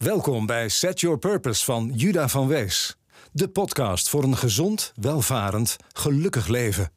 Welkom bij Set Your Purpose van Juda van Wees. De podcast voor een gezond, welvarend, gelukkig leven.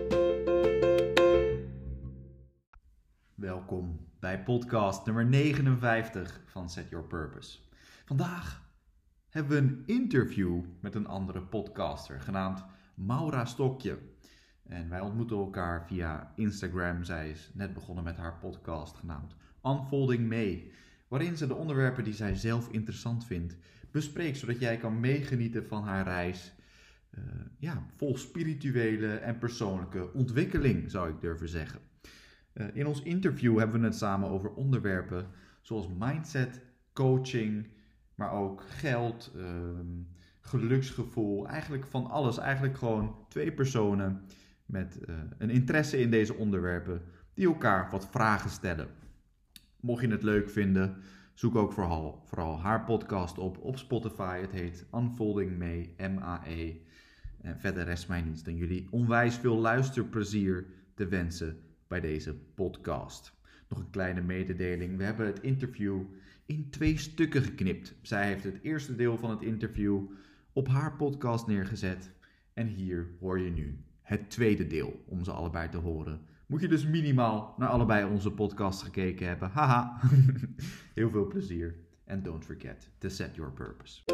Welkom bij podcast nummer 59 van Set Your Purpose. Vandaag hebben we een interview met een andere podcaster genaamd Maura Stokje. En wij ontmoeten elkaar via Instagram. Zij is net begonnen met haar podcast genaamd Unfolding May, waarin ze de onderwerpen die zij zelf interessant vindt bespreekt, zodat jij kan meegenieten van haar reis. Vol spirituele en persoonlijke ontwikkeling, zou ik durven zeggen. In ons interview hebben we het samen over onderwerpen zoals mindset, coaching, maar ook geld, geluksgevoel. Eigenlijk van alles. Eigenlijk gewoon twee personen met een interesse in deze onderwerpen die elkaar wat vragen stellen. Mocht je het leuk vinden, zoek ook vooral haar podcast op Spotify. Het heet Unfolding May, M-A-E. En verder rest mij niets dan jullie onwijs veel luisterplezier te wensen bij deze podcast. Nog een kleine mededeling. We hebben het interview in 2 stukken geknipt. Zij heeft het eerste deel van het interview op haar podcast neergezet. En hier hoor je nu het tweede deel om ze allebei te horen. Moet je dus minimaal naar allebei onze podcasts gekeken hebben. Haha. Heel veel plezier. And don't forget to set your purpose.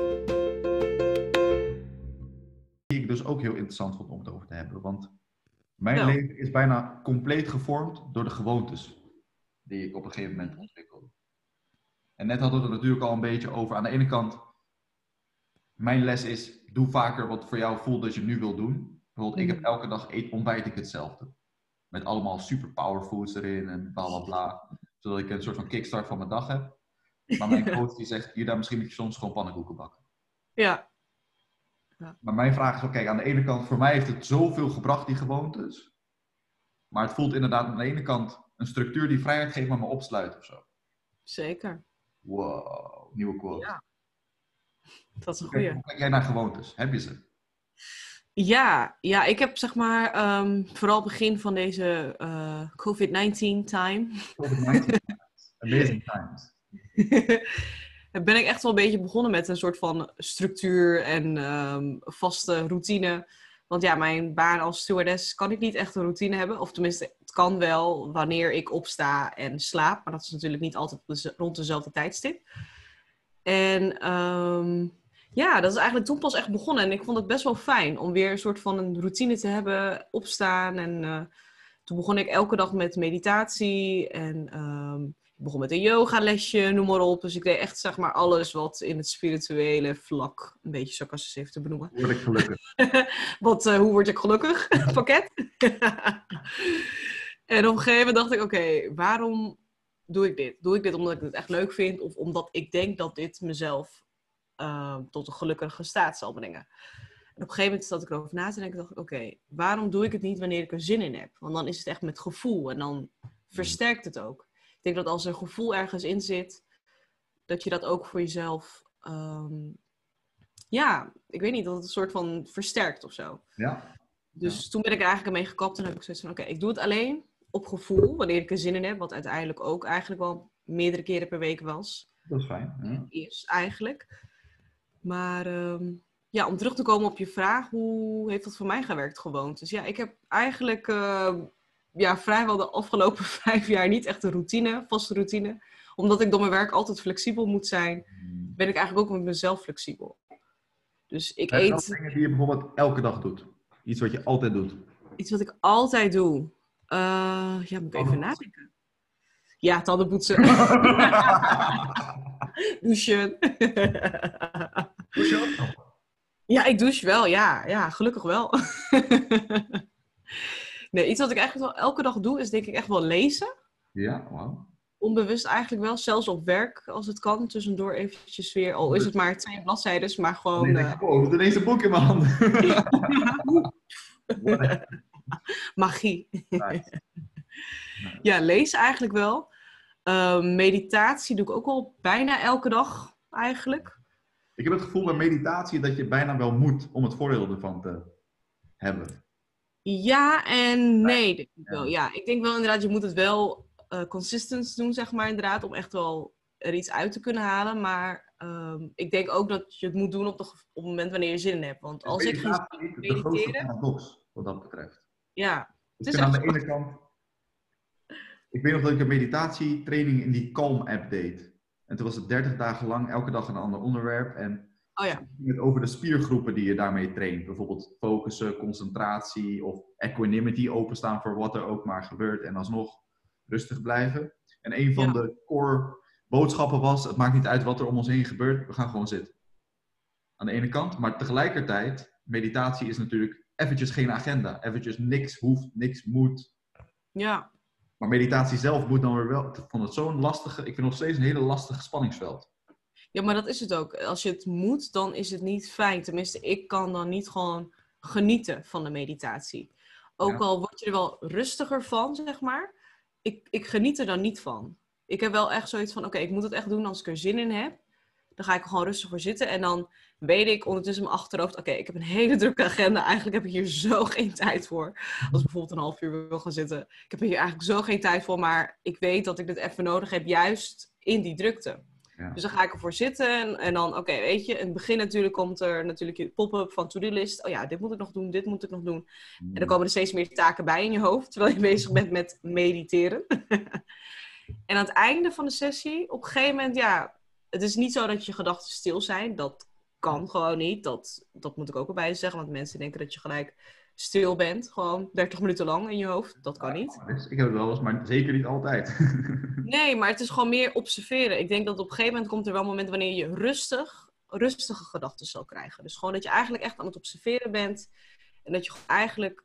Die ik dus ook heel interessant vond om het over te hebben. Want mijn leven is bijna compleet gevormd door de gewoontes die ik op een gegeven moment ontwikkelde. En net hadden we het natuurlijk al een beetje over. Aan de ene kant, mijn les is, doe vaker wat voor jou voelt dat je nu wil doen. Bijvoorbeeld, ik heb elke dag ontbijt ik hetzelfde. Met allemaal super powerfoods erin en bla bla bla. Zodat ik een soort van kickstart van mijn dag heb. Maar mijn coach die zegt, hier daar misschien moet je soms gewoon pannenkoeken bakken. Ja. Maar mijn vraag is ook, kijk, aan de ene kant, voor mij heeft het zoveel gebracht, die gewoontes. Maar het voelt inderdaad aan de ene kant een structuur die vrijheid geeft, maar me opsluit of zo. Zeker. Wow, nieuwe quote. Ja. Dat is een goeie. Hoe kijk jij naar gewoontes? Heb je ze? Ja, ik heb zeg maar vooral begin van deze COVID-19 time. COVID-19 amazing times. Ben ik echt wel een beetje begonnen met een soort van structuur en vaste routine. Want ja, mijn baan als stewardess kan ik niet echt een routine hebben. Of tenminste, het kan wel wanneer ik opsta en slaap. Maar dat is natuurlijk niet altijd rond dezelfde tijdstip. En dat is eigenlijk toen pas echt begonnen. En ik vond het best wel fijn om weer een soort van een routine te hebben, opstaan. En toen begon ik elke dag met meditatie. En ik begon met een yogalesje, noem maar op. Dus ik deed echt zeg maar alles wat in het spirituele vlak, een beetje sarcastisch even te benoemen. Word ik gelukkig. Hoe word ik gelukkig? Pakket. En op een gegeven moment dacht ik, oké, waarom doe ik dit? Doe ik dit omdat ik het echt leuk vind? Of omdat ik denk dat dit mezelf tot een gelukkige staat zal brengen? En op een gegeven moment zat ik erover na te denken. Dacht ik, oké, waarom doe ik het niet wanneer ik er zin in heb? Want dan is het echt met gevoel. En dan versterkt het ook. Ik denk dat als er gevoel ergens in zit, dat je dat ook voor jezelf, ik weet niet, dat het een soort van versterkt of zo. Ja. Dus toen ben ik er eigenlijk mee gekapt en heb ik zoiets van, oké, ik doe het alleen op gevoel, wanneer ik er zin in heb, wat uiteindelijk ook eigenlijk wel meerdere keren per week was. Dat is fijn. Ja. Eerst eigenlijk. Maar om terug te komen op je vraag, hoe heeft dat voor mij gewerkt gewoontes? Ja, ik heb eigenlijk vrijwel de afgelopen 5 jaar niet echt een vaste routine. Omdat ik door mijn werk altijd flexibel moet zijn, ben ik eigenlijk ook met mezelf flexibel. Dus ik eet... Zijn dingen die je bijvoorbeeld elke dag doet? Iets wat je altijd doet? Iets wat ik altijd doe? Moet ik even nadenken. Ja, tanden poetsen. Douchen. Douche je ook nog? Ja, ik douche wel. Ja, gelukkig wel. Nee, iets wat ik eigenlijk wel elke dag doe, is denk ik echt wel lezen. Ja, wauw. Onbewust eigenlijk wel, zelfs op werk als het kan. Tussendoor eventjes weer, al is het maar 2 bladzijden, maar gewoon... Oh, er is een boek in mijn handen. Magie. Nice. Ja, lezen eigenlijk wel. Meditatie doe ik ook al bijna elke dag eigenlijk. Ik heb het gevoel bij meditatie dat je bijna wel moet om het voordeel ervan te hebben. Ja en nee, denk ik wel. Ja, ik denk wel inderdaad, je moet het wel consistent doen, zeg maar, inderdaad, om echt wel er iets uit te kunnen halen. Maar ik denk ook dat je het moet doen op het moment wanneer je zin in hebt. Want als ik ging meditatie de grootste mediteren... paradox, wat dat betreft. Ja, Ik het is vind aan echt de ene kant... Ik weet nog dat ik een meditatietraining in die Calm-app deed. En toen was het 30 dagen lang, elke dag een ander onderwerp. En Oh ja. ging het over de spiergroepen die je daarmee traint. Bijvoorbeeld focussen, concentratie of equanimity, openstaan voor wat er ook maar gebeurt. En alsnog rustig blijven. En een van de core boodschappen was, het maakt niet uit wat er om ons heen gebeurt, we gaan gewoon zitten. Aan de ene kant, maar tegelijkertijd, meditatie is natuurlijk eventjes geen agenda. Eventjes niks hoeft, niks moet. Ja. Maar meditatie zelf moet dan weer wel, ik vond het zo'n lastige, ik vind het nog steeds een hele lastige spanningsveld. Ja, maar dat is het ook. Als je het moet, dan is het niet fijn. Tenminste, ik kan dan niet gewoon genieten van de meditatie. Ook al word je er wel rustiger van, zeg maar. Ik geniet er dan niet van. Ik heb wel echt zoiets van, oké, ik moet het echt doen als ik er zin in heb. Dan ga ik er gewoon rustig voor zitten. En dan weet ik ondertussen in mijn achterhoofd, oké, ik heb een hele drukke agenda. Eigenlijk heb ik hier zo geen tijd voor. Als ik bijvoorbeeld een half uur wil gaan zitten. Ik heb er hier eigenlijk zo geen tijd voor. Maar ik weet dat ik dit even nodig heb, juist in die drukte. Ja. Dus dan ga ik ervoor zitten en dan, oké, weet je, in het begin natuurlijk komt er natuurlijk je pop-up van to-do-list. Oh ja, dit moet ik nog doen, dit moet ik nog doen. En dan komen er steeds meer taken bij in je hoofd, terwijl je bezig bent met mediteren. En aan het einde van de sessie, op een gegeven moment, ja, het is niet zo dat je gedachten stil zijn. Dat kan gewoon niet. Dat moet ik ook erbij zeggen, want mensen denken dat je gelijk stil bent. Gewoon 30 minuten lang in je hoofd. Dat kan niet. Ik heb het wel eens, maar zeker niet altijd. Nee, maar het is gewoon meer observeren. Ik denk dat op een gegeven moment komt er wel een moment wanneer je rustige gedachten zal krijgen. Dus gewoon dat je eigenlijk echt aan het observeren bent. En dat je eigenlijk,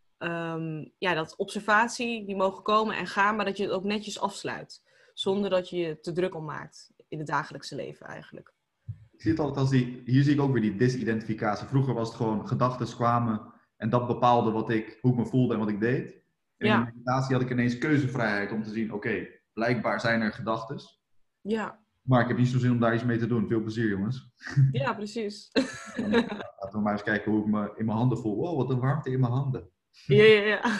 dat observatie, die mogen komen en gaan, maar dat je het ook netjes afsluit. Zonder dat je je te druk om maakt in het dagelijkse leven eigenlijk. Ik zie het altijd als hier zie ik ook weer die disidentificatie. Vroeger was het gewoon, gedachten kwamen en dat bepaalde hoe ik me voelde en wat ik deed. En in de meditatie had ik ineens keuzevrijheid om te zien, oké, blijkbaar zijn er gedachten. Ja. Maar ik heb niet zo zin om daar iets mee te doen. Veel plezier, jongens. Ja, precies. Laten we maar eens kijken hoe ik me in mijn handen voel. Wow, wat een warmte in mijn handen. Ja.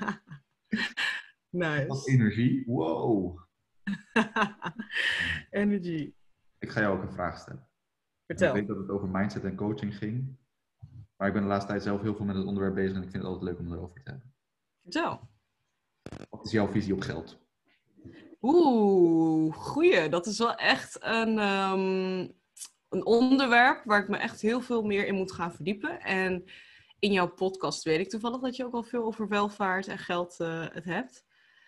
Nice. Wat energie. Wow. Energy. Ik ga jou ook een vraag stellen. Vertel. Ik weet dat het over mindset en coaching ging. Maar ik ben de laatste tijd zelf heel veel met het onderwerp bezig en ik vind het altijd leuk om erover te hebben. Vertel. Wat is jouw visie op geld? Goeie. Dat is wel echt een onderwerp waar ik me echt heel veel meer in moet gaan verdiepen. En in jouw podcast weet ik toevallig dat je ook al veel over welvaart en geld het hebt.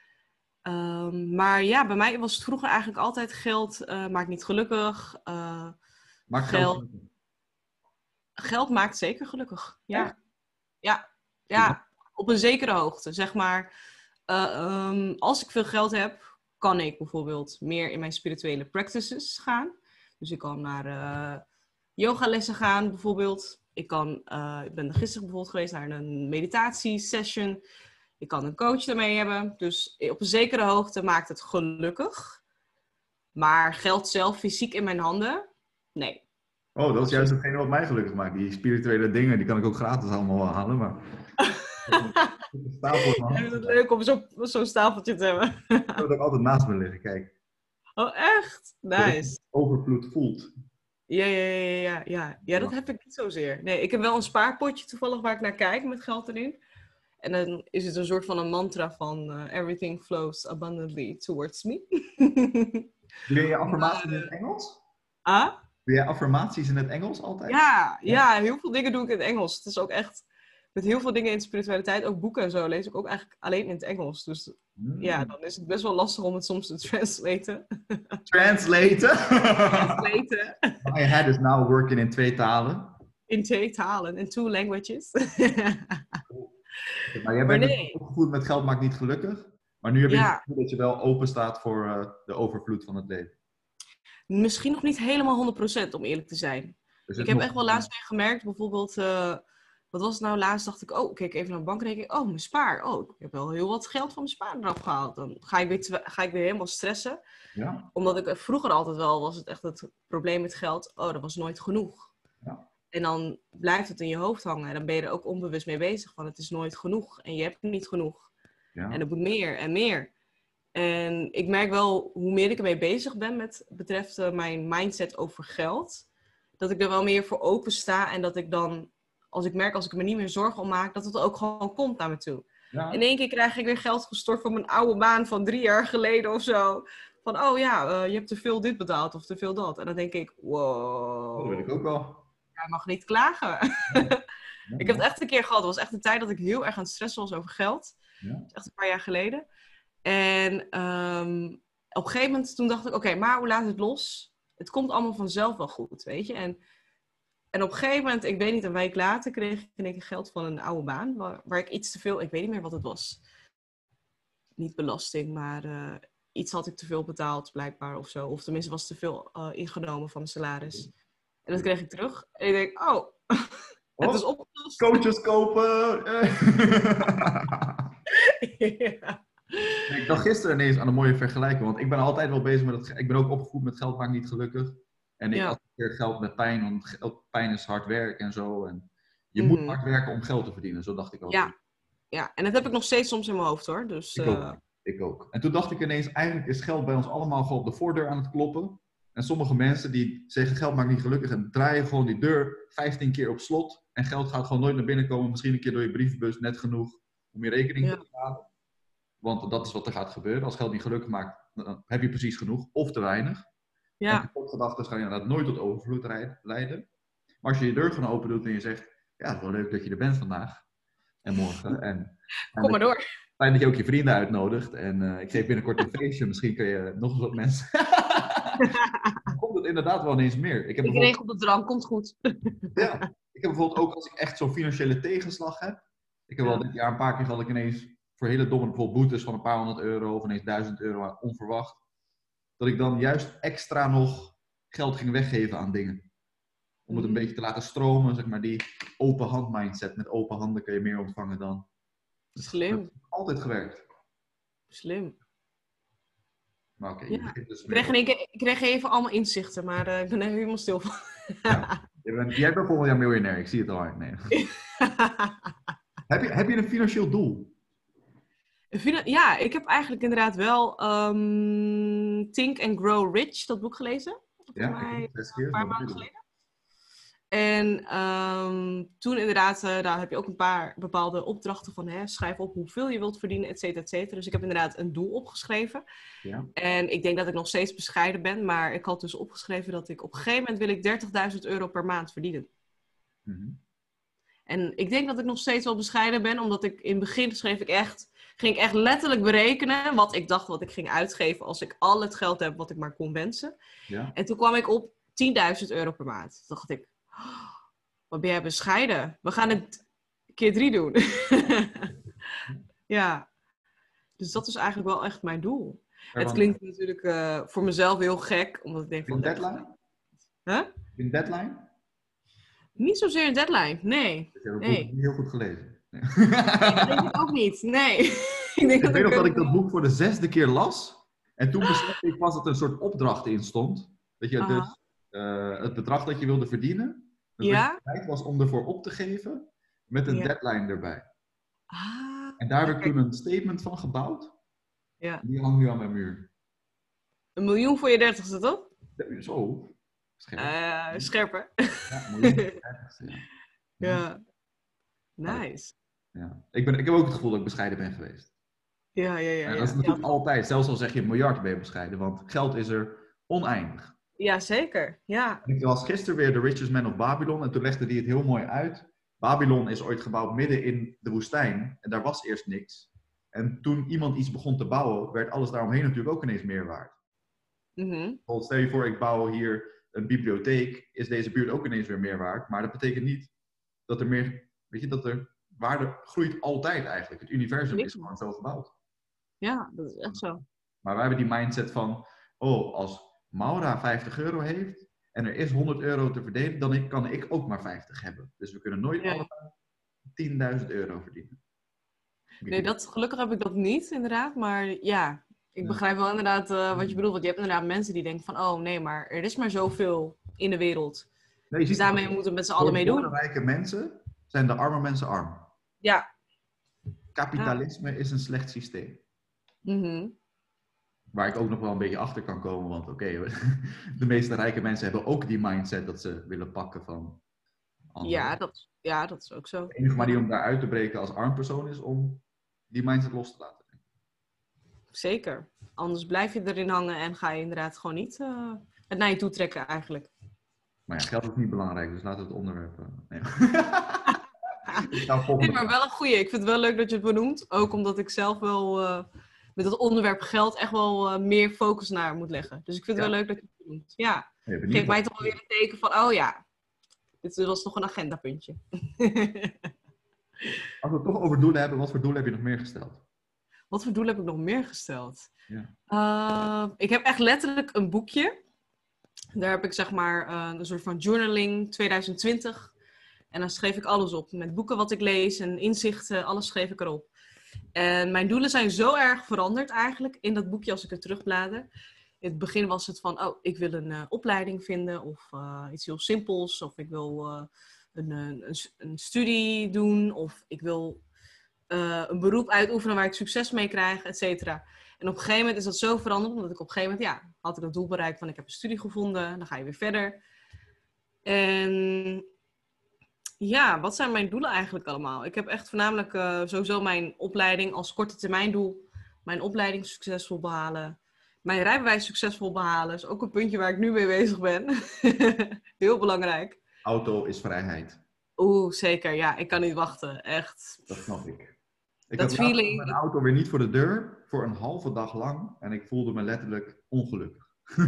Maar ja, bij mij was het vroeger eigenlijk altijd geld maakt niet gelukkig. Maakt geld. Geld maakt zeker gelukkig. Ja. Echt? Ja, op een zekere hoogte. Zeg maar, als ik veel geld heb, kan ik bijvoorbeeld meer in mijn spirituele practices gaan. Dus ik kan naar yogalessen gaan bijvoorbeeld. Ik ben gisteren bijvoorbeeld geweest naar een meditatiesession. Ik kan een coach daarmee hebben. Dus op een zekere hoogte maakt het gelukkig. Maar geld zelf fysiek in mijn handen? Nee. Oh, dat is juist hetgene wat mij gelukkig maakt. Die spirituele dingen, die kan ik ook gratis allemaal wel halen. Maar... Ik vind het leuk om zo'n stapeltje te hebben. Ik heb het ook altijd naast me liggen, kijk. Oh, echt? Nice. Overvloed voelt. Ja, dat heb ik niet zozeer. Nee, ik heb wel een spaarpotje toevallig waar ik naar kijk met geld erin. En dan is het een soort van een mantra van everything flows abundantly towards me. Doe je affirmaties in het Engels? Ah? Doe je affirmaties in het Engels altijd? Ja, heel veel dingen doe ik in het Engels. Het is ook echt, met heel veel dingen in de spiritualiteit, ook boeken en zo, lees ik ook eigenlijk alleen in het Engels. Dus ja, dan is het best wel lastig om het soms te translaten. Translaten? My head is now working in 2 talen. In 2 talen, in 2 languages. Maar jij bent dus opgevoed met geld maakt niet gelukkig. Maar nu heb je het gevoel dat je wel open staat voor de overvloed van het leven. Misschien nog niet helemaal 100% om eerlijk te zijn. Dus ik heb echt wel laatst weer gemerkt, bijvoorbeeld, wat was het nou laatst? Dacht ik, kijk even naar de bankrekening. Oh, mijn spaar. Ik heb wel heel wat geld van mijn spaar eraf gehaald. Dan ga ik weer helemaal stressen. Ja. Omdat ik vroeger altijd wel, was het echt het probleem met geld. Dat was nooit genoeg. Ja. En dan blijft het in je hoofd hangen. En dan ben je er ook onbewust mee bezig van, het is nooit genoeg. En je hebt niet genoeg. Ja. En er moet meer en meer. En ik merk wel, hoe meer ik ermee bezig ben met betreft mijn mindset over geld, dat ik er wel meer voor open sta en dat ik dan, als ik me niet meer zorgen om maak, dat het ook gewoon komt naar me toe. Ja. In één keer krijg ik weer geld gestort van mijn oude baan van 3 jaar geleden of zo. Van, oh ja, je hebt te veel dit betaald of te veel dat. En dan denk ik, wow. Dat wil ik ook wel. Jij mag niet klagen. Ja. Ik heb het echt een keer gehad. Het was echt een tijd dat ik heel erg aan het stressen was over geld. Ja. Dat is echt een paar jaar geleden. En op een gegeven moment toen dacht ik, oké, maar hoe laat het los? Het komt allemaal vanzelf wel goed, weet je. En op een gegeven moment, ik weet niet, een week later kreeg ik in één keer geld van een oude baan. Waar ik iets te veel, ik weet niet meer wat het was. Niet belasting, maar iets had ik te veel betaald blijkbaar of zo. Of tenminste was te veel ingenomen van mijn salaris. En dat kreeg ik terug. En ik denk, oh, het is opgelost. Coaches kopen! Ja. Ik dacht gisteren ineens aan een mooie vergelijking, want ik ben altijd wel bezig met het. Ik ben ook opgevoed met geld maakt niet gelukkig. En ik associeer geld met pijn, want pijn is hard werk en zo. En je moet hard werken om geld te verdienen, zo dacht ik ook. Ja, en dat heb ik nog steeds soms in mijn hoofd hoor. Dus, ik ook. En toen dacht ik ineens, eigenlijk is geld bij ons allemaal gewoon op de voordeur aan het kloppen. En sommige mensen die zeggen geld maakt niet gelukkig en draaien gewoon die deur 15 keer op slot. En geld gaat gewoon nooit naar binnen komen, misschien een keer door je brievenbus, net genoeg om je rekening te betalen. Want dat is wat er gaat gebeuren. Als geld niet gelukkig maakt, dan heb je precies genoeg of te weinig. Ja. En de gedachten gaan inderdaad nooit tot overvloed leiden. Maar als je je deur gewoon open doet en je zegt, ja, het is wel leuk dat je er bent vandaag en morgen. En kom maar door. Fijn dat je ook je vrienden uitnodigt. En ik geef binnenkort een feestje. Misschien kun je nog eens wat mensen... Dan komt het inderdaad wel ineens meer. Ik regel de drank, komt goed. Ja. Ik heb bijvoorbeeld ook als ik echt zo'n financiële tegenslag heb. Ik heb wel dit jaar een paar keer gehad ik ineens voor hele domme bijvoorbeeld boetes van een paar €100 of ineens €1000 onverwacht. Dat ik dan juist extra nog geld ging weggeven aan dingen. Om het een beetje te laten stromen, zeg maar die open hand mindset. Met open handen kun je meer ontvangen dan. Slim. Dat heeft altijd gewerkt. Slim. Maar oké, dus ik kreeg even allemaal inzichten, maar ik ben er helemaal stil van. Ja. Jij bent volgend jaar miljonair, ik zie het al hard. Nee. Heb je een financieel doel? Ja, ik heb eigenlijk inderdaad wel Think and Grow Rich, dat boek gelezen. Ja, ik heb het 6 keer. Een paar maanden geleden. En toen inderdaad, daar heb je ook een paar bepaalde opdrachten van, schrijf op hoeveel je wilt verdienen, et cetera, et cetera. Dus ik heb inderdaad een doel opgeschreven. Ja. En ik denk dat ik nog steeds bescheiden ben, maar ik had dus opgeschreven dat ik op een gegeven moment wil ik €30.000 per maand verdienen. Mm-hmm. En ik denk dat ik nog steeds wel bescheiden ben, omdat ik in het begin ging ik echt letterlijk berekenen wat ik dacht wat ik ging uitgeven als ik al het geld heb wat ik maar kon wensen. Ja. En toen kwam ik op €10.000 per maand. Toen dacht ik, wat ben jij bescheiden? We gaan het keer 3 doen. Ja. Dus dat is eigenlijk wel echt mijn doel. Het klinkt natuurlijk voor mezelf heel gek, omdat ik denk van... Een deadline? Huh? Een deadline? Niet zozeer een deadline, nee. Ik heb het boek niet heel goed gelezen. Nee. Dat denk ik ook niet, nee. Ik weet nog dat ik dat boek voor de 6e keer las. En toen besefte ik pas dat er een soort opdracht in stond. Dat je dus het bedrag dat je wilde verdienen... Dat het tijd was om ervoor op te geven met een deadline erbij. En daar heb ik toen een statement van gebouwd. Ja. Die hangt nu aan mijn muur. 1 miljoen voor je 30ste, toch? Zo. Scherp. Scherper. Ja, 1 miljoen. Ja. Nice. Ja. Ik heb ook het gevoel dat ik bescheiden ben geweest. Ja. Dat is natuurlijk altijd. Zelfs al zeg je 1 miljard ben je bescheiden. Want geld is er oneindig. Ja, zeker. Ja. Ik was gisteren weer The Richest Man of Babylon en toen legde die het heel mooi uit. Babylon is ooit gebouwd midden in de woestijn en daar was eerst niks. En toen iemand iets begon te bouwen, werd alles daaromheen natuurlijk ook ineens meer waard. Bijvoorbeeld, stel je voor, ik bouw hier een bibliotheek, is deze buurt ook ineens weer meer waard. Maar dat betekent niet dat er meer, dat er waarde groeit altijd eigenlijk. Het universum is gewoon zo gebouwd. Ja, dat is echt zo. Maar wij hebben die mindset van, als Maura €50 heeft en er is €100 te verdelen, dan kan ik ook maar 50 hebben. Dus we kunnen nooit allemaal €10.000 verdienen. Nee, gelukkig heb ik dat niet inderdaad. Maar ja, ik begrijp wel inderdaad wat je bedoelt. Want je hebt inderdaad mensen die denken van, oh nee, maar er is maar zoveel in de wereld. Nee, dus daarmee moeten we met z'n allen mee doen. De rijke mensen zijn de arme mensen arm. Ja. Kapitalisme is een slecht systeem. Waar ik ook nog wel een beetje achter kan komen. Want oké, de meeste rijke mensen hebben ook die mindset dat ze willen pakken van anderen. Ja, dat is ook zo. De enige manier om daaruit te breken als arm persoon is om die mindset los te laten. Zeker. Anders blijf je erin hangen en ga je inderdaad gewoon niet het naar je toe trekken eigenlijk. Maar ja, geld is niet belangrijk, dus laten we het onderwerp... Nee. Nee, maar wel een goeie. Ik vind het wel leuk dat je het benoemt. Ook omdat ik zelf wel met het onderwerp geld echt wel meer focus naar moet leggen. Dus ik vind het wel leuk dat je het benoemt. Ja, geef mij toch wel weer een teken van, oh ja, dit was nog een agendapuntje. Als we het toch over doelen hebben, wat voor doelen heb je nog meer gesteld? Wat voor doelen heb ik nog meer gesteld? Ja. Ik heb echt letterlijk een boekje. Daar heb ik zeg maar een soort van journaling 2020. En dan schreef ik alles op. Met boeken wat ik lees en inzichten, alles schreef ik erop. En mijn doelen zijn zo erg veranderd eigenlijk in dat boekje als ik het terugblader. In het begin was het van, ik wil een opleiding vinden of iets heel simpels. Of ik wil een studie doen of ik wil een beroep uitoefenen waar ik succes mee krijg, et cetera. En op een gegeven moment is dat zo veranderd, omdat ik op een gegeven moment, had ik dat doel bereikt van ik heb een studie gevonden, dan ga je weer verder. En ja, wat zijn mijn doelen eigenlijk allemaal? Ik heb echt voornamelijk sowieso mijn opleiding als korte termijn doel. Mijn opleiding succesvol behalen. Mijn rijbewijs succesvol behalen is ook een puntje waar ik nu mee bezig ben. Heel belangrijk. Auto is vrijheid. Oeh, zeker. Ja, ik kan niet wachten. Echt. Dat snap ik. Ik Dat had feeling. mijn auto weer niet voor de deur voor een halve dag lang. En ik voelde me letterlijk ongelukkig.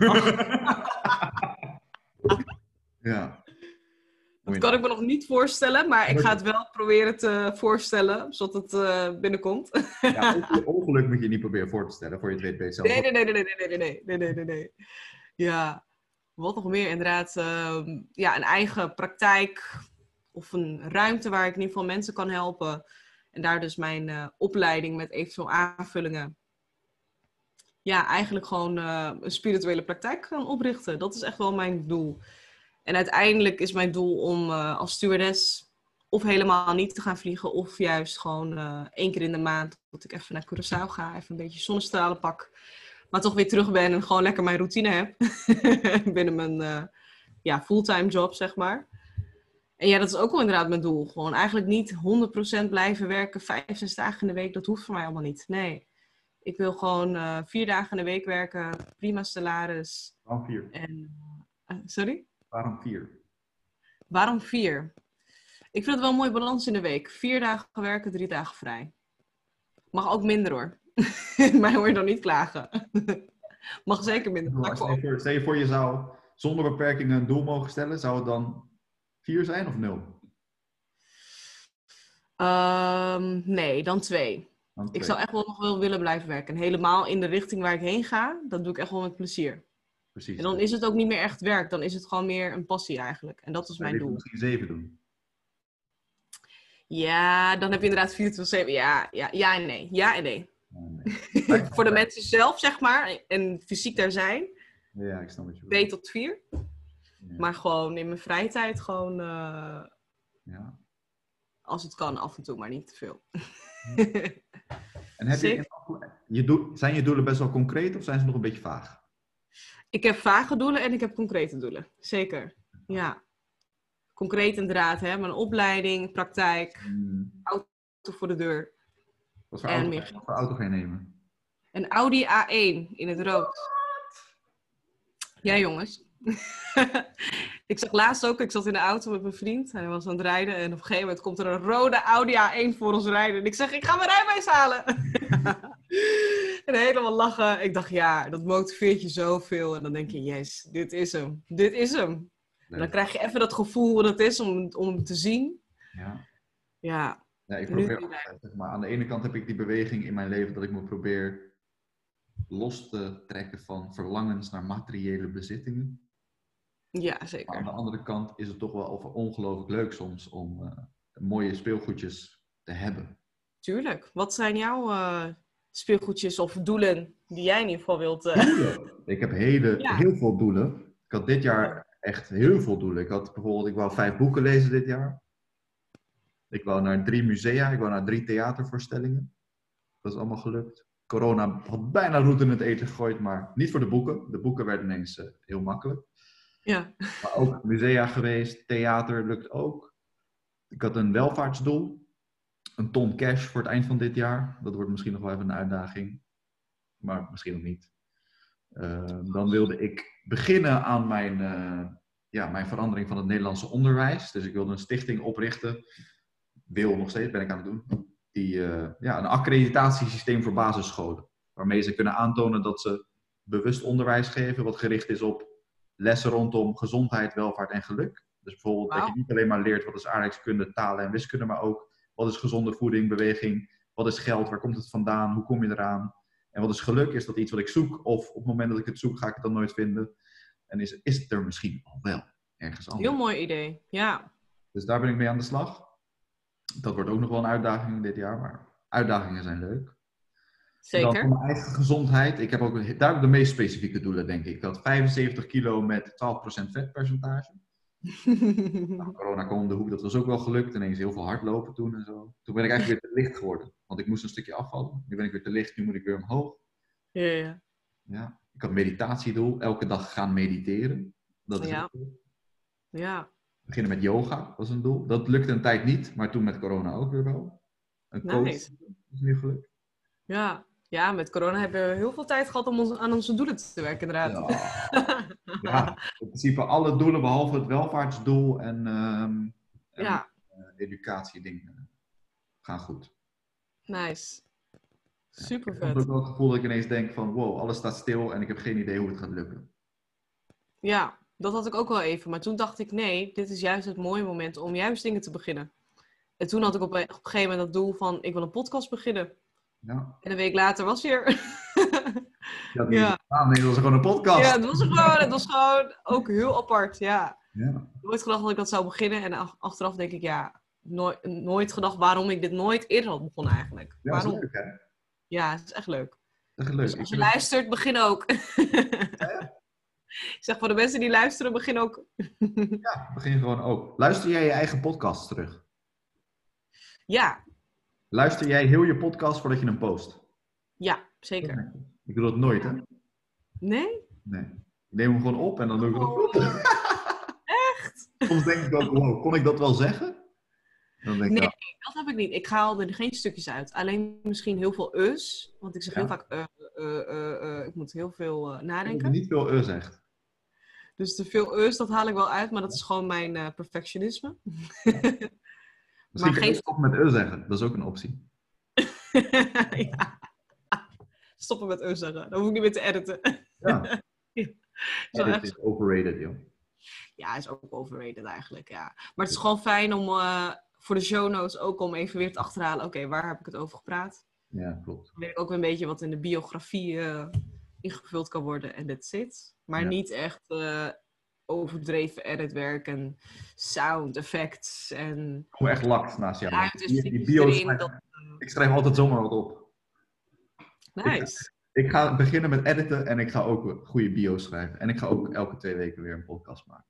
Ja. Dat kan ik me nog niet voorstellen, maar ik ga het wel proberen te voorstellen, zodat het binnenkomt. Ja, ongeluk moet je niet proberen voor te stellen, voor je het weet ben je zelf. Nee. Ja, wat nog meer inderdaad. Een eigen praktijk of een ruimte waar ik in ieder geval mensen kan helpen. En daar dus mijn opleiding met eventueel aanvullingen. Ja, eigenlijk gewoon een spirituele praktijk gaan oprichten. Dat is echt wel mijn doel. En uiteindelijk is mijn doel om als stewardess of helemaal niet te gaan vliegen. Of juist gewoon 1 keer in de maand dat ik even naar Curaçao ga. Even een beetje zonnestralen pak. Maar toch weer terug ben en gewoon lekker mijn routine heb. Binnen mijn fulltime job, zeg maar. En ja, dat is ook wel inderdaad mijn doel. Gewoon eigenlijk niet 100% blijven werken, 5, 6 dagen in de week. Dat hoeft voor mij allemaal niet. Nee. Ik wil gewoon 4 dagen in de week werken. Prima salaris. Waarom 4? En, sorry? Waarom 4? Waarom 4? Ik vind het wel een mooie balans in de week. 4 dagen werken, 3 dagen vrij. Mag ook minder hoor. Mij hoor je dan niet klagen. Mag zeker minder. Stel je voor je zou zonder beperkingen een doel mogen stellen. Zou het dan 4 zijn of 0? Nee, dan 2. Ik zou echt wel nog wel willen blijven werken. En helemaal in de richting waar ik heen ga, dat doe ik echt wel met plezier. Precies. En dan is het ook niet meer echt werk. Dan is het gewoon meer een passie eigenlijk. En dat is mijn doel. Misschien 7 doen. Ja, dan heb je inderdaad 24/7. Ja en nee. Ja en nee. Nee. Voor de mensen zelf, zeg maar. En fysiek daar zijn. Ja, ik snap wat je 2 tot 4. Ja. Maar gewoon in mijn vrije tijd gewoon... Ja. Als het kan, af en toe, maar niet te veel. En heb zijn je doelen best wel concreet of zijn ze nog een beetje vaag? Ik heb vage doelen en ik heb concrete doelen. Zeker. Ja. Concreet inderdaad, hè. Mijn opleiding, praktijk, auto voor de deur. Wat voor auto ga je nemen? Een Audi A1 in het rood. Ja, jongens. Ik zag laatst ook, ik zat in de auto met mijn vriend. Hij was aan het rijden en op een gegeven moment komt er een rode Audi A1 voor ons rijden. En ik zeg, ik ga mijn rijbewijs halen. En helemaal lachen. Ik dacht, ja, dat motiveert je zoveel. En dan denk je, yes, dit is hem. Dit is hem. Nee. En dan krijg je even dat gevoel wat het is om hem te zien. Ja. Ja. Ja, ik probeer altijd, zeg maar, aan de ene kant heb ik die beweging in mijn leven dat ik me probeer los te trekken van verlangens naar materiële bezittingen. Ja, zeker. Maar aan de andere kant is het toch wel ongelooflijk leuk soms om mooie speelgoedjes te hebben. Tuurlijk. Wat zijn jouw speelgoedjes of doelen die jij in ieder geval wilt... Doelen? Ik heb heel veel doelen. Ik had dit jaar echt heel veel doelen. Ik wou 5 boeken lezen dit jaar. Ik wou naar 3 musea. Ik wou naar 3 theatervoorstellingen. Dat is allemaal gelukt. Corona had bijna roet in het eten gegooid, maar niet voor de boeken. De boeken werden ineens heel makkelijk. Ja. Maar ook musea geweest, theater lukt ook. Ik had een welvaartsdoel. Een ton cash voor het eind van dit jaar. Dat wordt misschien nog wel even een uitdaging. Maar misschien ook niet. Dan wilde ik beginnen aan mijn verandering van het Nederlandse onderwijs. Dus ik wilde een stichting oprichten. Wil nog steeds, ben ik aan het doen. Die een accreditatiesysteem voor basisscholen. Waarmee ze kunnen aantonen dat ze bewust onderwijs geven. Wat gericht is op lessen rondom gezondheid, welvaart en geluk. Dus bijvoorbeeld dat je niet alleen maar leert wat is aardrijkskunde, talen en wiskunde. Maar ook wat is gezonde voeding, beweging. Wat is geld, waar komt het vandaan, hoe kom je eraan. En wat is geluk? Is dat iets wat ik zoek? Of op het moment dat ik het zoek, ga ik het dan nooit vinden? En is het er misschien al wel ergens anders? Heel mooi idee, ja. Dus daar ben ik mee aan de slag. Dat wordt ook nog wel een uitdaging dit jaar, maar uitdagingen zijn leuk. Zeker. Dan voor mijn eigen gezondheid. Ik heb ook daar heb ik de meest specifieke doelen, denk ik. Dat 75 kilo met 12% vetpercentage. Nou, corona kwam om de hoek, dat was ook wel gelukt. Ineens heel veel hardlopen toen en zo. Toen ben ik eigenlijk weer te licht geworden. Want ik moest een stukje afvallen. Nu ben ik weer te licht, nu moet ik weer omhoog. Ja. Ja. Ik had een meditatiedoel. Elke dag gaan mediteren. Dat is ook goed. Ja. Beginnen met yoga, was een doel. Dat lukte een tijd niet, maar toen met corona ook weer wel. Een coach, Nice. is nu gelukt. Ja, met corona hebben we heel veel tijd gehad om aan onze doelen te werken, inderdaad. Ja, in principe alle doelen behalve het welvaartsdoel en educatiedingen gaan goed. Nice. Super Ik heb vet. ook wel het gevoel dat ik ineens denk van wow, alles staat stil en ik heb geen idee hoe het gaat lukken. Ja, dat had ik ook wel even. Maar toen dacht ik, nee, dit is juist het mooie moment om juist dingen te beginnen. En toen had ik op een gegeven moment dat doel van, ik wil een podcast beginnen. Ja. En een week later was hij er. Nee, dat was gewoon een podcast. Ja, het was gewoon ook heel apart, ja. Nooit gedacht dat ik dat zou beginnen. En achteraf denk ik, ja, nooit gedacht waarom ik dit nooit eerder had begonnen eigenlijk. Ja, waarom? dat is leuk, hè? Ja, het is echt leuk. Dat is leuk. Dus als je luistert, begin ook. Ik zeg voor de mensen die luisteren, begin ook. Ja, begin gewoon ook. Luister jij je eigen podcast terug? Ja. Luister jij heel je podcast voordat je hem post? Ja, zeker. Ik doe dat nooit, hè? Nee? Nee. Ik neem hem gewoon op en dan doe ik dat. Echt? Soms denk ik ook, wow, kon ik dat wel zeggen? Dan denk ik, Nee, dat heb ik niet. Ik haal er geen stukjes uit. Alleen misschien heel veel us. Want ik zeg heel vaak ik moet heel veel nadenken. Dat je niet veel zegt. Dus te veel us, dat haal ik wel uit. Maar dat is gewoon mijn perfectionisme. Misschien maar kan je stop met zeggen. Dat is ook een optie. Ja. Stoppen met zeggen. Dan hoef ik niet meer te editen. Ja. Edit is overrated, joh. Ja, is ook overrated eigenlijk, ja. Maar het is gewoon fijn om voor de show notes ook om even weer te achterhalen. Oké, waar heb ik het over gepraat? Ja, klopt. Dan weet ik ook een beetje wat in de biografie ingevuld kan worden. En that's it. Maar niet echt overdreven editwerk en sound effects en... Gewoon echt laks naast jou. Die bio's ik schrijf altijd zomaar wat op. Nice. Ik ga beginnen met editen en ik ga ook goede bio's schrijven. En ik ga ook elke 2 weken weer een podcast maken.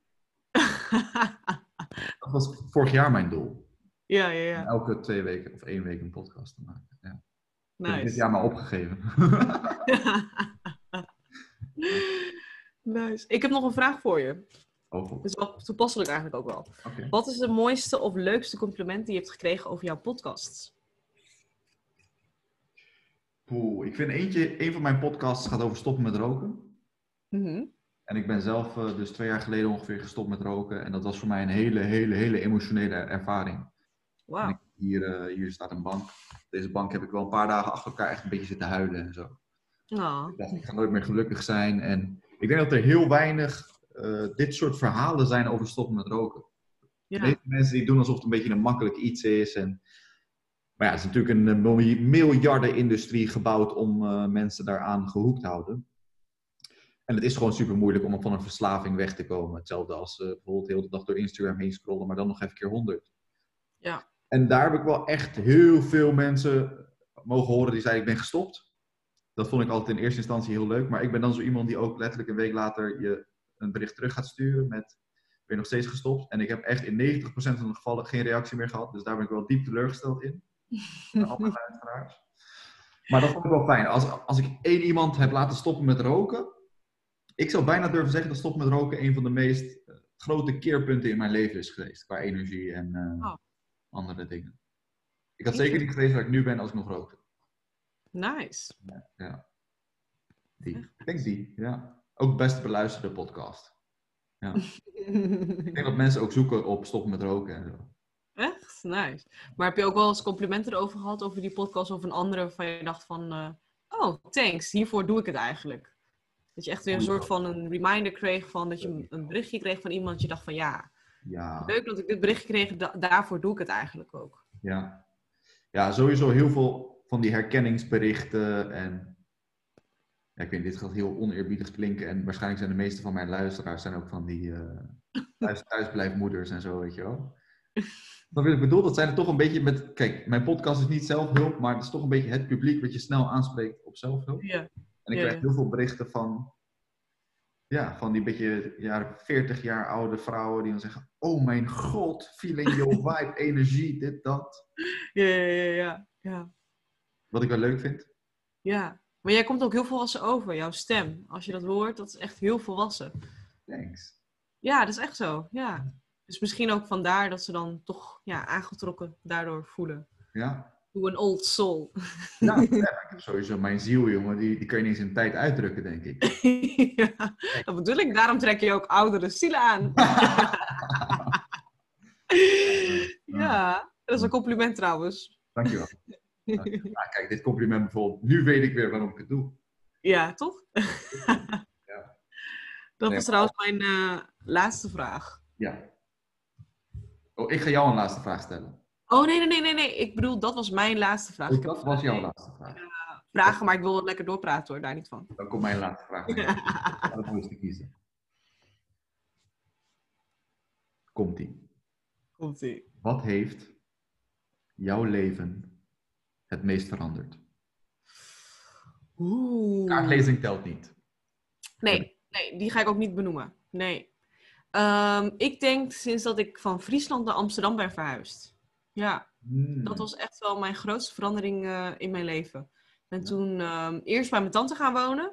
Dat was vorig jaar mijn doel. Ja. Om elke 2 weken of 1 week een podcast te maken. Ja. Nice. Ik heb dit jaar maar opgegeven. Nice. Ik heb nog een vraag voor je. Oh, goed. Dat is wel toepasselijk eigenlijk ook wel. Okay. Wat is het mooiste of leukste compliment die je hebt gekregen over jouw podcasts? Ik vind een van mijn podcasts gaat over stoppen met roken. Mm-hmm. En ik ben zelf dus 2 jaar geleden ongeveer gestopt met roken. En dat was voor mij een hele emotionele ervaring. Wow. Hier staat een bank. Deze bank heb ik wel een paar dagen achter elkaar echt een beetje zitten huilen en zo. Oh. Ik dacht, ik ga nooit meer gelukkig zijn. En ik denk dat er heel weinig dit soort verhalen zijn over stoppen met roken. Ja. Deze mensen die doen alsof het een beetje een makkelijk iets is. Maar ja, het is natuurlijk een miljardenindustrie gebouwd om mensen daaraan gehoekt te houden. En het is gewoon super moeilijk om van een verslaving weg te komen. Hetzelfde als bijvoorbeeld de hele dag door Instagram heen scrollen, maar dan nog even keer 100. Ja. En daar heb ik wel echt heel veel mensen mogen horen die zeiden ik ben gestopt. Dat vond ik altijd in eerste instantie heel leuk. Maar ik ben dan zo iemand die ook letterlijk een week later je een bericht terug gaat sturen met ben je nog steeds gestopt. En ik heb echt in 90% van de gevallen geen reactie meer gehad. Dus daar ben ik wel diep teleurgesteld in. Al mijn luisteraars. Maar dat vond ik wel fijn. Als ik één iemand heb laten stoppen met roken, ik zou bijna durven zeggen dat stoppen met roken een van de meest grote keerpunten in mijn leven is geweest. Qua energie en andere dingen. Ik had zeker niet geweten waar ik nu ben als ik nog rookte. Nice. Ja. Ik denk die, ja. Ook best beluisterde podcast. Ja. Ik denk dat mensen ook zoeken op stoppen met roken en zo. Echt? Nice. Maar heb je ook wel eens complimenten erover gehad, over die podcast of een andere, waarvan je dacht van, oh, thanks, hiervoor doe ik het eigenlijk. Dat je echt weer een soort van een reminder kreeg van, dat je een berichtje kreeg van iemand, dat je dacht van, ja, leuk dat ik dit berichtje kreeg, daarvoor doe ik het eigenlijk ook. Ja, sowieso heel veel van die herkenningsberichten en... Ja, ik weet, dit gaat heel oneerbiedig klinken en waarschijnlijk zijn de meeste van mijn luisteraars zijn ook van die thuisblijfmoeders en zo, weet je wel. Wat ik bedoel, dat zijn er toch een beetje met... Kijk, mijn podcast is niet zelfhulp, maar het is toch een beetje het publiek wat je snel aanspreekt op zelfhulp. Ja. En ik krijg heel veel berichten van die beetje 40 jaar oude vrouwen die dan zeggen, oh mijn god, feeling your vibe, energie, dit, dat. Ja. Wat ik wel leuk vind. Ja, maar jij komt ook heel volwassen over, jouw stem. Als je dat hoort, dat is echt heel volwassen. Thanks. Ja, dat is echt zo, ja. Dus misschien ook vandaar dat ze dan toch aangetrokken daardoor voelen. Ja. To an old soul. Ja, ik heb sowieso mijn ziel, jongen. Die kan je niet eens in tijd uitdrukken, denk ik. Ja, dat bedoel ik. Daarom trek je ook oudere zielen aan. Ja, dat is een compliment trouwens. Dankjewel. Ja, kijk, dit compliment bijvoorbeeld. Nu weet ik weer waarom ik het doe. Ja, toch? Ja. Dat is trouwens mijn laatste vraag. Ja. Oh, ik ga jou een laatste vraag stellen. Oh, nee. Ik bedoel, dat was mijn laatste vraag. Oh, dat was jouw laatste vraag. Vragen, maar ik wil wel lekker doorpraten hoor, daar niet van. Dan komt mijn laatste vraag. Dat moet je kiezen. Komt-ie. Wat heeft jouw leven het meest veranderd? Kaartlezing telt niet. Nee, die ga ik ook niet benoemen. Nee. Ik denk sinds dat ik van Friesland naar Amsterdam ben verhuisd. Ja, dat was echt wel mijn grootste verandering in mijn leven. Ik ben toen eerst bij mijn tante gaan wonen.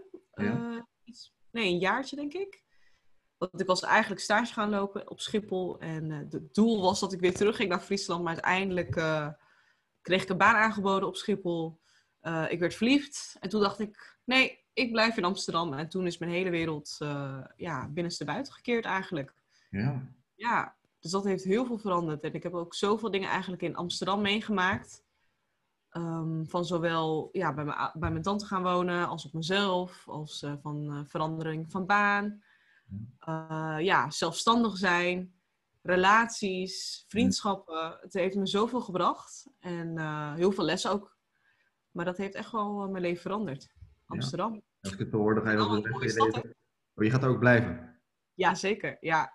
Een jaartje denk ik. Want ik was eigenlijk stage gaan lopen op Schiphol. En het doel was dat ik weer terugging naar Friesland. Maar uiteindelijk kreeg ik een baan aangeboden op Schiphol. Ik werd verliefd. En toen dacht ik, nee, ik blijf in Amsterdam. En toen is mijn hele wereld binnenstebuiten gekeerd eigenlijk. Ja, dus dat heeft heel veel veranderd. En ik heb ook zoveel dingen eigenlijk in Amsterdam meegemaakt. Van zowel bij mijn tante gaan wonen, als op mezelf. Als van verandering van baan. Zelfstandig zijn. Relaties, vriendschappen. Het heeft me zoveel gebracht. En heel veel lessen ook. Maar dat heeft echt wel mijn leven veranderd. Amsterdam. Ja. Als ik het hoor, dan ga je wel de rest van je leven... Oh, je gaat er ook blijven? Ja, zeker. Ja.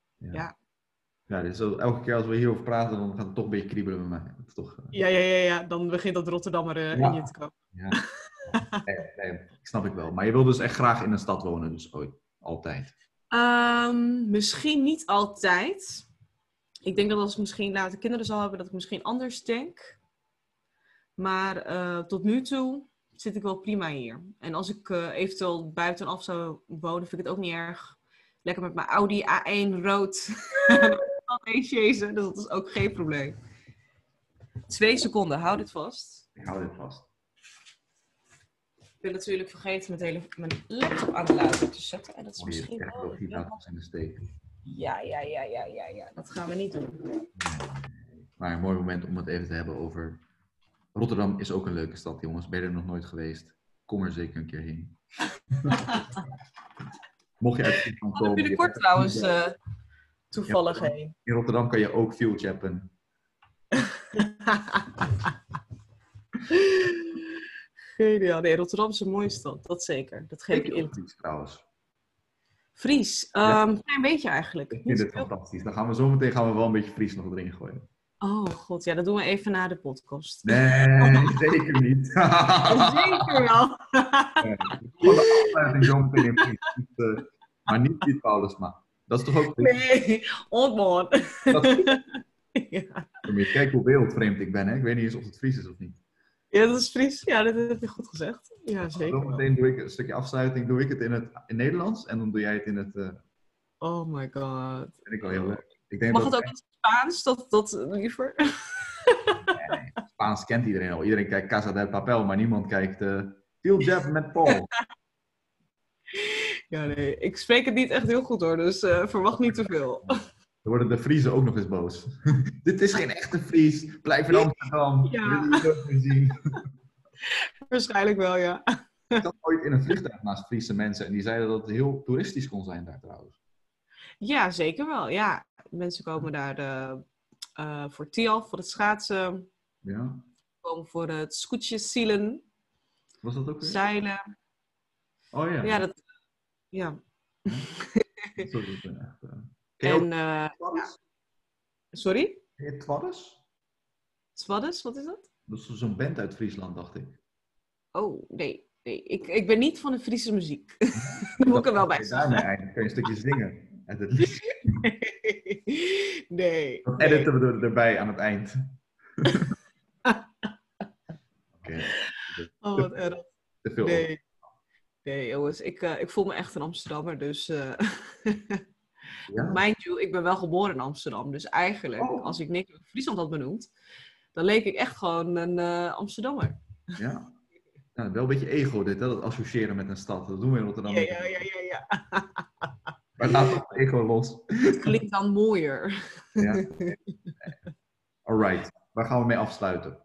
Dus elke keer als we hierover praten, dan gaat het toch een beetje kriebelen bij mij. Dat is toch, Ja. Dan begint dat Rotterdammer in je te komen. Ja. Nee, snap ik wel. Maar je wil dus echt graag in een stad wonen, dus ooit. Altijd. Misschien niet altijd. Ik denk dat als ik misschien later kinderen zal hebben, dat ik misschien anders denk. Maar tot nu toe zit ik wel prima hier. En als ik eventueel buitenaf zou wonen, vind ik het ook niet erg. Lekker met mijn Audi A1 rood. Dus dat is ook geen probleem. 2 seconden, hou dit vast. Ik hou dit vast. Ik ben natuurlijk vergeten mijn laptop aan de lader te zetten. En dat is misschien wel... in de steek. Ja. Dat gaan we niet doen. Maar een mooi moment om het even te hebben over... Rotterdam is ook een leuke stad, jongens. Ben je er nog nooit geweest? Kom er zeker een keer heen. Mocht je uit Friesland komen... binnenkort trouwens toevallig heen. In Rotterdam kan je ook fuel-chappen. Geniaal. Nee, Rotterdam is een mooie stad. Dat zeker. Dat geef ik eerlijk. Fries trouwens. Fries? Een klein beetje eigenlijk. Ik vind het fantastisch. Dan gaan we wel een beetje Fries nog erin gooien. Oh god, ja, dat doen we even na de podcast. Nee, zeker niet. Zeker wel. Gewoon de afsluiting zo meteen in Fries. Maar niet Piet Paulusma. Dat is toch ook... Nee, ontmoet. Ja. Kijk hoe wereldvreemd ik ben, hè? Ik weet niet eens of het Fries is of niet. Ja, dat is Fries. Ja, dat heb je goed gezegd. Ja, zeker wel. Zometeen doe ik een stukje afsluiting, doe ik het in Nederlands en dan doe jij het in het... Oh my god. vind ik wel heel leuk. Ik denk Mag dat het ook in het Spaans? Dat liever? Nee, Spaans kent iedereen al. Iedereen kijkt Casa del Papel, maar niemand kijkt Phil Jeff met Paul. Ja, nee. Ik spreek het niet echt heel goed hoor, dus verwacht niet te veel. Dan worden de Friesen ook nog eens boos. Dit is geen echte Fries. Blijf in Amsterdam. Ja. Wil je het ook weer zien? Waarschijnlijk wel, ja. Ik zat ooit in een vliegtuig naast Friese mensen en die zeiden dat het heel toeristisch kon zijn daar trouwens. Ja, zeker wel. Ja, mensen komen daar voor Tialf, voor het schaatsen. Ja. Komen voor het scootjeszeilen, Was dat ook weer? zeilen. Oh ja. Ja, dat... Ja. Sorry, ik ben echt... Ken je ook Twaddes? Sorry? Ken je Twaddes? Swaddes, wat is dat? Dat is zo'n band uit Friesland, dacht ik. Oh, nee. Ik ben niet van de Friese muziek. Daar moet ik er wel bij Daarmee zeggen. eindigen. Kan je een stukje zingen uit het lied. Nee. Dat editen we erbij aan het eind. Oké. Oh, wat erg. Te veel. Nee. Nee, jongens. Ik voel me echt een Amsterdammer, dus... Ja? Mind you, ik ben wel geboren in Amsterdam. Dus eigenlijk, als ik niks over Friesland had benoemd, dan leek ik echt gewoon een Amsterdammer. Ja. Ja, wel een beetje ego dit, hè? Dat associëren met een stad. Dat doen we in Rotterdam. Ja. Maar laat het ego los. Het klinkt dan mooier. Ja. Alright. Waar gaan we mee afsluiten?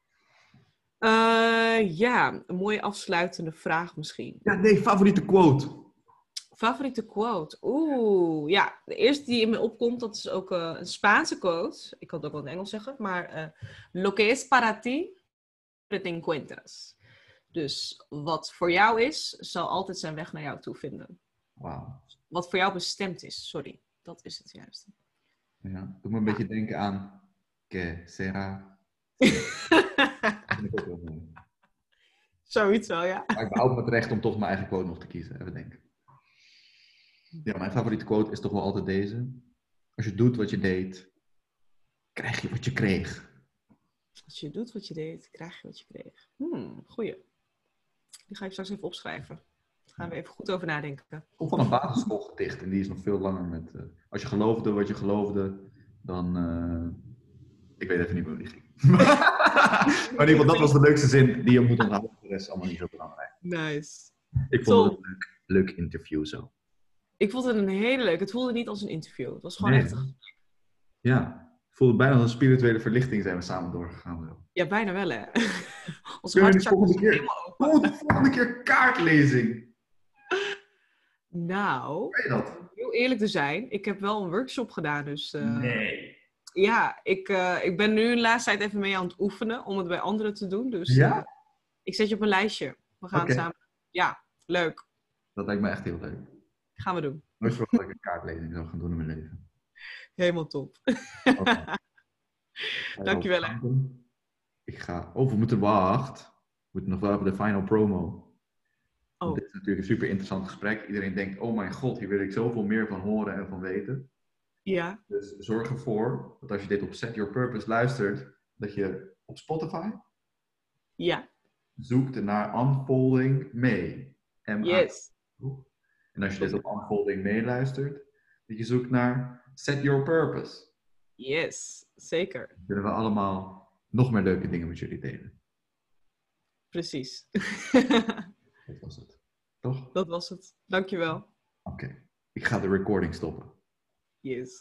Ja, een mooie afsluitende vraag misschien. Ja, nee, favoriete quote. Favoriete quote? Oeh, ja. De eerste die in me opkomt, dat is ook een Spaanse quote. Ik kan het ook wel in het Engels zeggen, maar... Lo que es para ti, te encuentras. Dus wat voor jou is, zal altijd zijn weg naar jou toe vinden. Wauw. Wat voor jou bestemd is, sorry. Dat is het juiste. Ja, doe me een beetje denken aan... Que será? Dat vind ik ook wel mooi. Zoiets wel, ja. Maar ik behoud me het recht om toch mijn eigen quote nog te kiezen. Even denken. Ja, mijn favoriete quote is toch wel altijd deze. Als je doet wat je deed, krijg je wat je kreeg. Als je doet wat je deed, krijg je wat je kreeg. Goeie. Die ga ik straks even opschrijven. Daar gaan we even goed over nadenken. Komt van een basisschoolgedicht en die is nog veel langer met... als je geloofde wat je geloofde, dan... ik weet even niet meer hoe die ging. Maar in ieder geval, dat was de leukste zin die je moet onthouden. De rest is allemaal niet zo belangrijk. Nice. Ik vond het een leuk interview zo. Ik vond het een hele leuk. Het voelde niet als een interview. Het was gewoon Nee. echt een... Ja, het voelde bijna als een spirituele verlichting zijn we samen doorgegaan. Zo. Ja, bijna wel hè. Onze Kunnen we de hartchakras volgende zijn keer... helemaal open. de volgende keer kaartlezing. Nou, Weet je dat? om heel eerlijk te zijn, ik heb wel een workshop gedaan. Dus Nee. ja, ik ben nu de laatste tijd even mee aan het oefenen om het bij anderen te doen. Dus Ja? ik zet je op een lijstje. We gaan Oké. samen. Ja, leuk. Dat lijkt me echt heel leuk. Gaan we doen. Nooit verwacht dat ik een kaartlezing zou gaan doen in mijn leven. Helemaal top. Okay. Dankjewel, hè. Ik ga... Oh, we moeten wachten. We moeten nog wel even de final promo. Want dit is natuurlijk een super interessant gesprek. Iedereen denkt, oh mijn god, hier wil ik zoveel meer van horen en van weten. Ja. Dus zorg ervoor dat als je dit op Set Your Purpose luistert, dat je op Spotify Ja. zoekt naar Unfolding May. Yes. En als je dit op Unfolding May luistert, dat je zoekt naar Set Your Purpose. Yes, zeker. Dan willen we allemaal nog meer leuke dingen met jullie delen. Precies. Dat was het. Toch? Dat was het. Dankjewel. Oké. Ik ga de recording stoppen. Yes.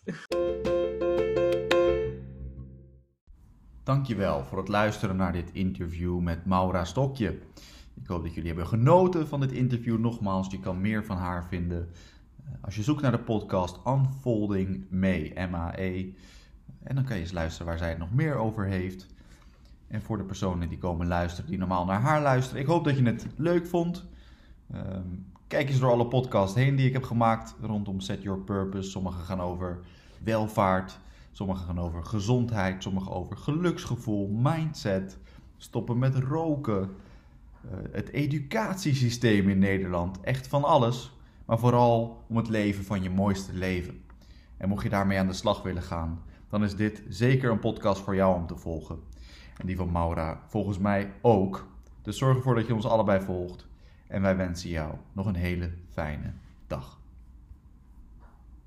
Dankjewel voor het luisteren naar dit interview met Maura Stokje. Ik hoop dat jullie hebben genoten van dit interview. Nogmaals, je kan meer van haar vinden als je zoekt naar de podcast Unfolding May, M-A-E. En dan kan je eens luisteren waar zij het nog meer over heeft. En voor de personen die komen luisteren, die normaal naar haar luisteren. Ik hoop dat je het leuk vond. Kijk eens door alle podcasts heen die ik heb gemaakt rondom Set Your Purpose. Sommige gaan over welvaart. Sommige gaan over gezondheid. Sommige over geluksgevoel, mindset. Stoppen met roken. Het educatiesysteem in Nederland. Echt van alles. Maar vooral om het leven van je mooiste leven. En mocht je daarmee aan de slag willen gaan, dan is dit zeker een podcast voor jou om te volgen. En die van Maura volgens mij ook. Dus zorg ervoor dat je ons allebei volgt. En wij wensen jou nog een hele fijne dag.